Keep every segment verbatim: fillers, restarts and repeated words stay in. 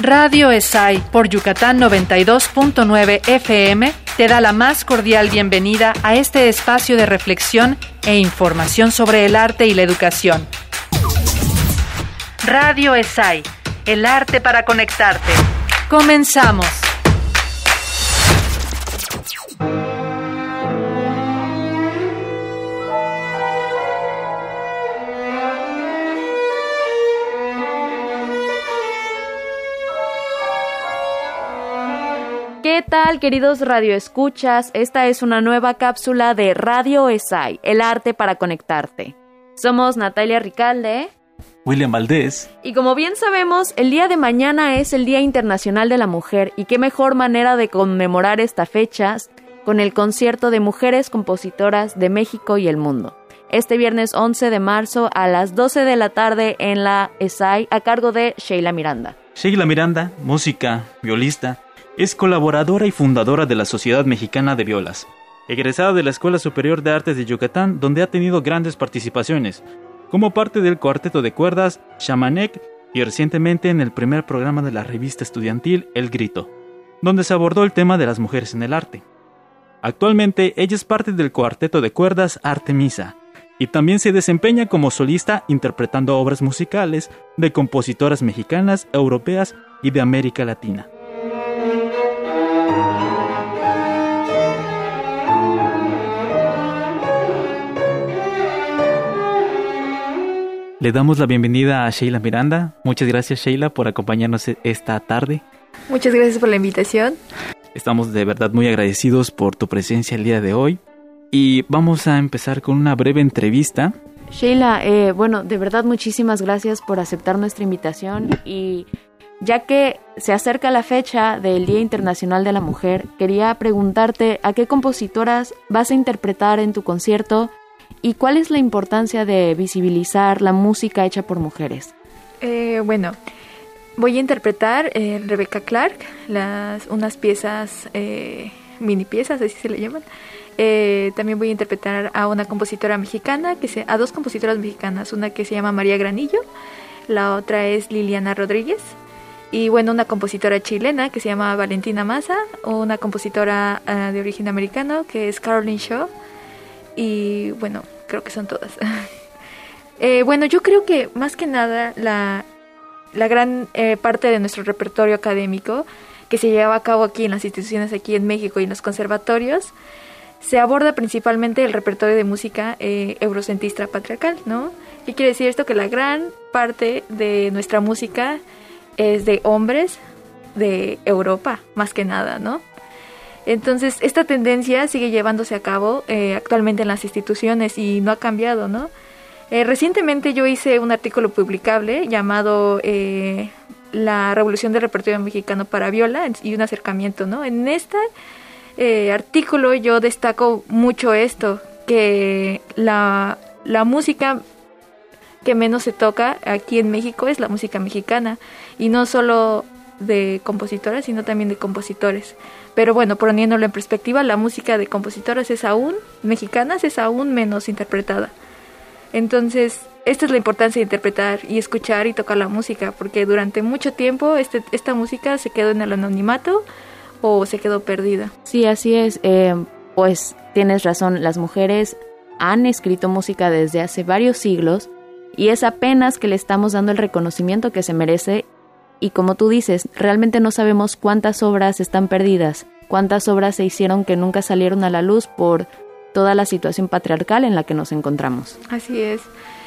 Radio ESAI por Yucatán noventa y dos punto nueve F M te da la más cordial bienvenida a este espacio de reflexión e información sobre el arte y la educación. Radio ESAI, el arte para conectarte. Comenzamos. ¿Qué tal, queridos radioescuchas? Esta es una nueva cápsula de Radio ESAI, el arte para conectarte. Somos Natalia Ricalde, William Valdés. Y como bien sabemos, el día de mañana es el Día Internacional de la Mujer, y qué mejor manera de conmemorar esta fecha con el concierto de mujeres compositoras de México y el mundo. Este viernes once de marzo a las doce de la tarde en la ESAI a cargo de Sheila Miranda. Sheila Miranda, música, violista, es colaboradora y fundadora de la Sociedad Mexicana de Violas, egresada de la Escuela Superior de Artes de Yucatán, donde ha tenido grandes participaciones, como parte del cuarteto de cuerdas Xamanec y recientemente en el primer programa de la revista estudiantil El Grito, donde se abordó el tema de las mujeres en el arte. Actualmente ella es parte del cuarteto de cuerdas Artemisa y también se desempeña como solista interpretando obras musicales de compositoras mexicanas, europeas y de América Latina. Le damos la bienvenida a Sheila Miranda. Muchas gracias, Sheila, por acompañarnos esta tarde. Muchas gracias por la invitación. Estamos de verdad muy agradecidos por tu presencia el día de hoy. Y vamos a empezar con una breve entrevista. Sheila, eh, bueno, de verdad muchísimas gracias por aceptar nuestra invitación. Y ya que se acerca la fecha del Día Internacional de la Mujer, quería preguntarte a qué compositoras vas a interpretar en tu concierto. ¿Y cuál es la importancia de visibilizar la música hecha por mujeres? Eh, bueno, voy a interpretar eh, Rebecca Clark, las, unas piezas, eh, mini piezas, así se le llaman. Eh, también voy a interpretar a una compositora mexicana, que se, a dos compositoras mexicanas, una que se llama María Granillo, la otra es Liliana Rodríguez. Y bueno, una compositora chilena que se llama Valentina Massa, una compositora uh, de origen americano que es Caroline Shaw. Y bueno, creo que son todas. eh, bueno, yo creo que más que nada la, la gran eh, parte de nuestro repertorio académico que se lleva a cabo aquí en las instituciones aquí en México y en los conservatorios, se aborda principalmente el repertorio de música eh, eurocentrista patriarcal, ¿no? ¿Qué quiere decir esto? Que la gran parte de nuestra música es de hombres de Europa, más que nada, ¿no? Entonces, esta tendencia sigue llevándose a cabo eh, actualmente en las instituciones y no ha cambiado, ¿no? Eh, recientemente yo hice un artículo publicable llamado eh, La Revolución del Repertorio Mexicano para Viola y un acercamiento, ¿no? En este eh, artículo yo destaco mucho esto, que la, la música que menos se toca aquí en México es la música mexicana, y no solo de compositoras, sino también de compositores. Pero bueno, poniéndolo en perspectiva, la música de compositoras es aún, mexicanas, es aún menos interpretada. Entonces, esta es la importancia de interpretar y escuchar y tocar la música, porque durante mucho tiempo este, esta música se quedó en el anonimato o se quedó perdida. Sí, así es. Eh, pues tienes razón, las mujeres han escrito música desde hace varios siglos y es apenas que le estamos dando el reconocimiento que se merece. Y como tú dices, realmente no sabemos cuántas obras están perdidas, cuántas obras se hicieron que nunca salieron a la luz por toda la situación patriarcal en la que nos encontramos. Así es.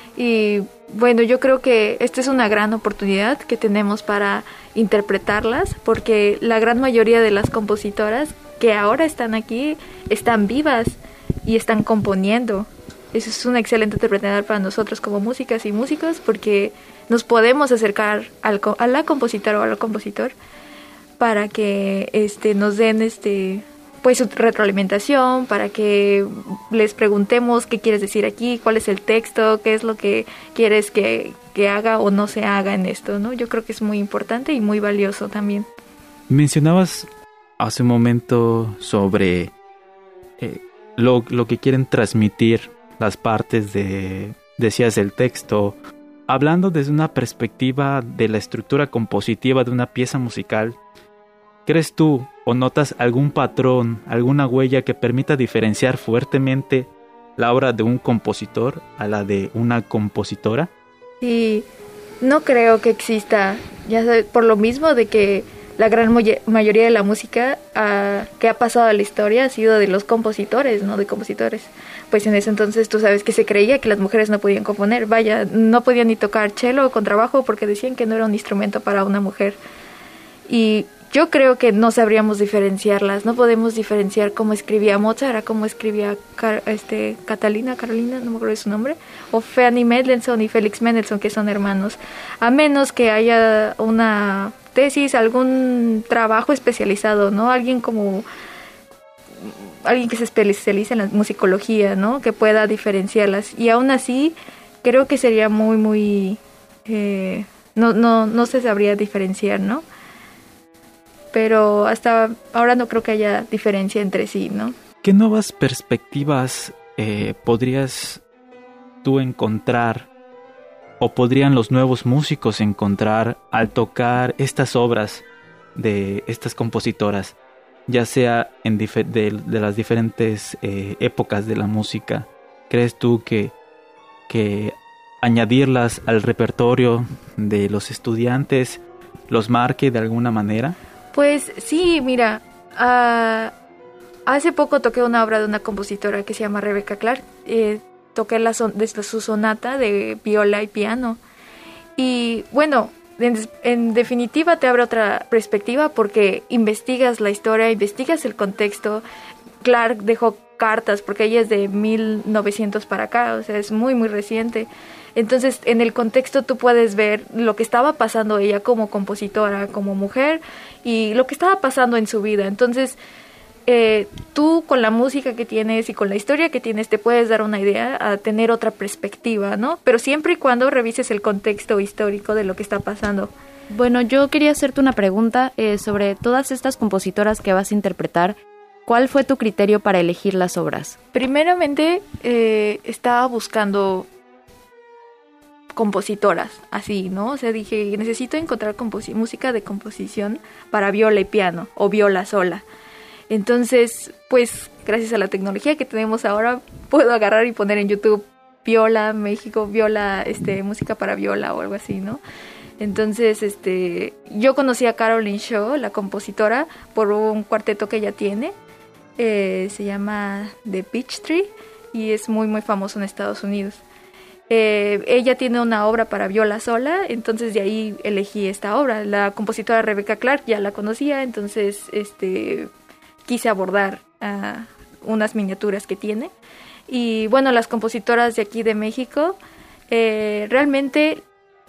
Y bueno, yo creo que esta es una gran oportunidad que tenemos para interpretarlas, porque la gran mayoría de las compositoras que ahora están aquí están vivas y están componiendo. Eso es una excelente oportunidad para nosotros como músicas y músicos, porque nos podemos acercar al, a la compositora o al compositor para que este, nos den este, pues, su retroalimentación, para que les preguntemos qué quieres decir aquí, cuál es el texto, qué es lo que quieres que, que haga o no se haga en esto, ¿no? Yo creo que es muy importante y muy valioso también. Mencionabas hace un momento sobre eh, lo, lo que quieren transmitir las partes de, decías, el texto, hablando desde una perspectiva de la estructura compositiva de una pieza musical, ¿crees tú o notas algún patrón, alguna huella que permita diferenciar fuertemente la obra de un compositor a la de una compositora? Sí, no creo que exista, ya sabes, por lo mismo de que la gran mayoría de la música uh, que ha pasado a la historia ha sido de los compositores, no de compositores. Pues en ese entonces tú sabes que se creía que las mujeres no podían componer, vaya, no podían ni tocar cello o contrabajo porque decían que no era un instrumento para una mujer. Y yo creo que no sabríamos diferenciarlas, no podemos diferenciar cómo escribía Mozart a cómo escribía Car- este, Catalina, Carolina, no me acuerdo de su nombre, o Fanny Mendelssohn y Félix Mendelssohn, que son hermanos, a menos que haya una tesis, algún trabajo especializado, ¿no? Alguien como alguien que se especialice en la musicología, ¿no? Que pueda diferenciarlas. Y aún así, creo que sería muy, muy eh, no, no, no se sabría diferenciar, ¿no? Pero hasta ahora no creo que haya diferencia entre sí, ¿no? ¿Qué nuevas perspectivas eh, podrías tú encontrar o podrían los nuevos músicos encontrar al tocar estas obras de estas compositoras, ya sea en dif- de, de las diferentes eh, épocas de la música? ¿Crees tú que, que añadirlas al repertorio de los estudiantes los marque de alguna manera? Pues sí, mira, uh, hace poco toqué una obra de una compositora que se llama Rebecca Clark. Eh, toqué la son- desde su sonata de viola y piano. Y bueno, en, en definitiva te abre otra perspectiva porque investigas la historia, investigas el contexto. Clark dejó cartas porque ella es de mil novecientos para acá, o sea, es muy, muy reciente. Entonces, en el contexto tú puedes ver lo que estaba pasando ella como compositora, como mujer, y lo que estaba pasando en su vida. Entonces, eh, tú con la música que tienes y con la historia que tienes te puedes dar una idea a tener otra perspectiva, ¿no? Pero siempre y cuando revises el contexto histórico de lo que está pasando. Bueno, yo quería hacerte una pregunta eh, sobre todas estas compositoras que vas a interpretar. ¿Cuál fue tu criterio para elegir las obras? Primeramente, eh, estaba buscando compositoras, así, ¿no? O sea, dije, necesito encontrar composi- música de composición para viola y piano, o viola sola. Entonces, pues, gracias a la tecnología que tenemos ahora, puedo agarrar y poner en YouTube viola, México, viola, este, música para viola o algo así, ¿no? Entonces, este, yo conocí a Caroline Shaw, la compositora, por un cuarteto que ella tiene, eh, se llama The Peach Tree, y es muy, muy famoso en Estados Unidos. Eh, ella tiene una obra para viola sola, entonces de ahí elegí esta obra. La compositora Rebecca Clark ya la conocía, entonces este, quise abordar uh, unas miniaturas que tiene. Y bueno, las compositoras de aquí de México, eh, realmente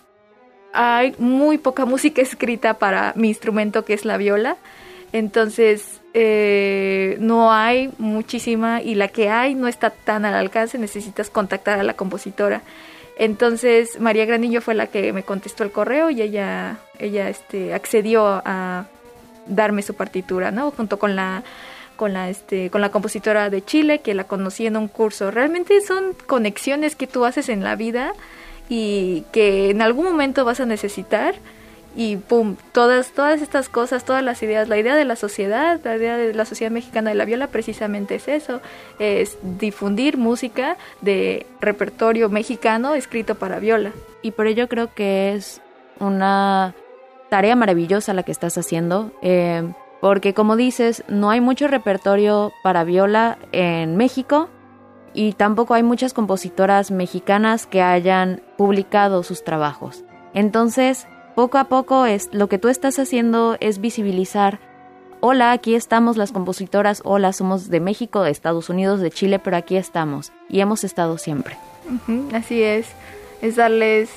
hay muy poca música escrita para mi instrumento, que es la viola. Entonces eh, no hay muchísima, y la que hay no está tan al alcance, necesitas contactar a la compositora. Entonces María Granillo fue la que me contestó el correo y ella, ella este, accedió a darme su partitura, ¿no? Junto con la, con la, este, con la compositora de Chile, que la conocí en un curso. Realmente son conexiones que tú haces en la vida y que en algún momento vas a necesitar. Y pum, todas, todas estas cosas, todas las ideas, la idea de la sociedad, la idea de la sociedad mexicana de la viola precisamente es eso, es difundir música de repertorio mexicano escrito para viola. Y por ello creo que es una tarea maravillosa la que estás haciendo, eh, porque como dices, no hay mucho repertorio para viola en México y tampoco hay muchas compositoras mexicanas que hayan publicado sus trabajos. Entonces, poco a poco es, lo que tú estás haciendo es visibilizar, hola, aquí estamos las compositoras, hola, somos de México, de Estados Unidos, de Chile, pero aquí estamos y hemos estado siempre. Uh-huh, así es, es darles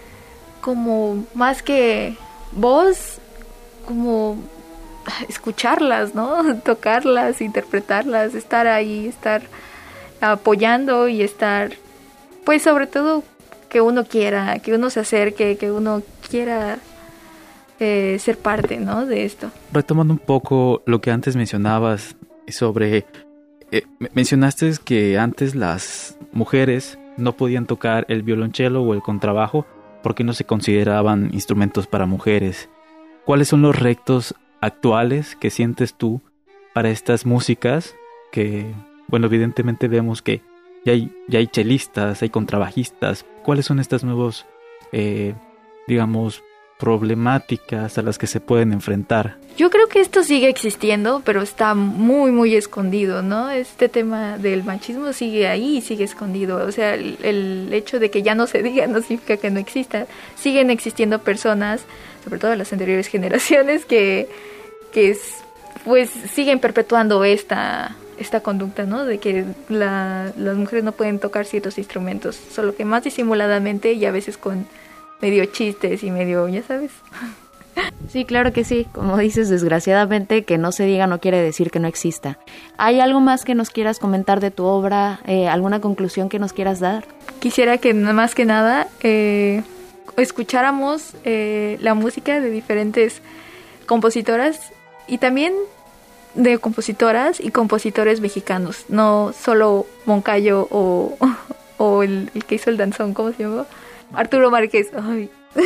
como más que voz, como escucharlas, ¿no? Tocarlas, interpretarlas, estar ahí, estar apoyando y estar, pues sobre todo que uno quiera, que uno se acerque, que uno quiera eh, ser parte, ¿no? De esto. Retomando un poco lo que antes mencionabas sobre... Eh, mencionaste que antes las mujeres no podían tocar el violonchelo o el contrabajo ¿Por qué no se consideraban instrumentos para mujeres? ¿Cuáles son los retos actuales que sientes tú para estas músicas? Que, bueno, evidentemente vemos que ya hay, ya hay chelistas, hay contrabajistas. ¿Cuáles son estas nuevas, eh, digamos, problemáticas a las que se pueden enfrentar? Yo creo que esto sigue existiendo, pero está muy, muy escondido, ¿no? Este tema del machismo sigue ahí, sigue escondido. O sea, el, el hecho de que ya no se diga no significa que no exista. Siguen existiendo personas, sobre todo las anteriores generaciones, que, que es, pues siguen perpetuando esta, esta conducta, ¿no? De que la, las mujeres no pueden tocar ciertos instrumentos, solo que más disimuladamente y a veces con medio chistes y medio, ya sabes. Sí, claro que sí. Como dices, desgraciadamente que no se diga no quiere decir que no exista. ¿Hay algo más que nos quieras comentar de tu obra? Eh, ¿Alguna conclusión que nos quieras dar? Quisiera que más que nada eh, escucháramos eh, la música de diferentes compositoras y también de compositoras y compositores mexicanos, no solo Moncayo o, o el, el que hizo el danzón, ¿cómo se llama? Arturo Márquez. Ay.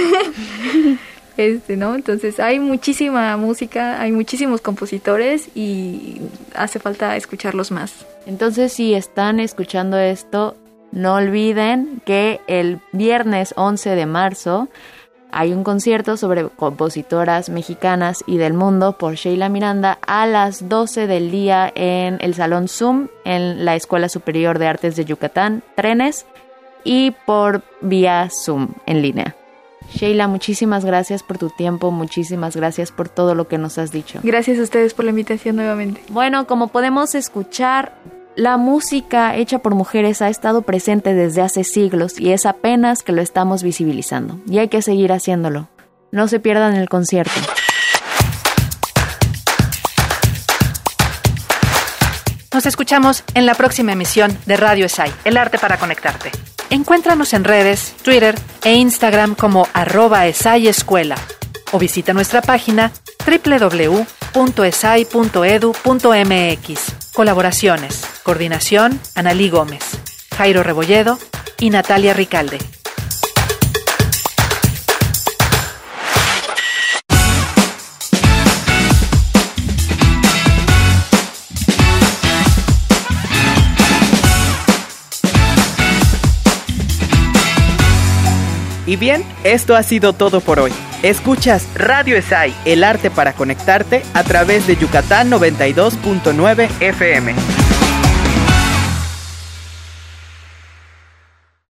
Este, ¿no? Entonces hay muchísima música, hay muchísimos compositores y hace falta escucharlos más. Entonces, si están escuchando esto, no olviden que el viernes once de marzo hay un concierto sobre compositoras mexicanas y del mundo por Sheila Miranda a las doce del día en el Salón Zoom en la Escuela Superior de Artes de Yucatán, Trenes, y por vía Zoom en línea. Sheila, muchísimas gracias por tu tiempo, muchísimas gracias por todo lo que nos has dicho. Gracias a ustedes por la invitación nuevamente. Bueno, como podemos escuchar, la música hecha por mujeres ha estado presente desde hace siglos y es apenas que lo estamos visibilizando. Y hay que seguir haciéndolo. No se pierdan el concierto. Nos escuchamos en la próxima emisión de Radio ESAI, El Arte para Conectarte. Encuéntranos en redes, Twitter e Instagram como arroba ESAI Escuela o visita nuestra página doble u doble u doble u punto esai punto edu punto eme equis. Colaboraciones, coordinación, Analí Gómez, Jairo Rebolledo y Natalia Ricalde. Y bien, esto ha sido todo por hoy. Escuchas Radio ESAI, el arte para conectarte a través de Yucatán noventa y dos punto nueve F M.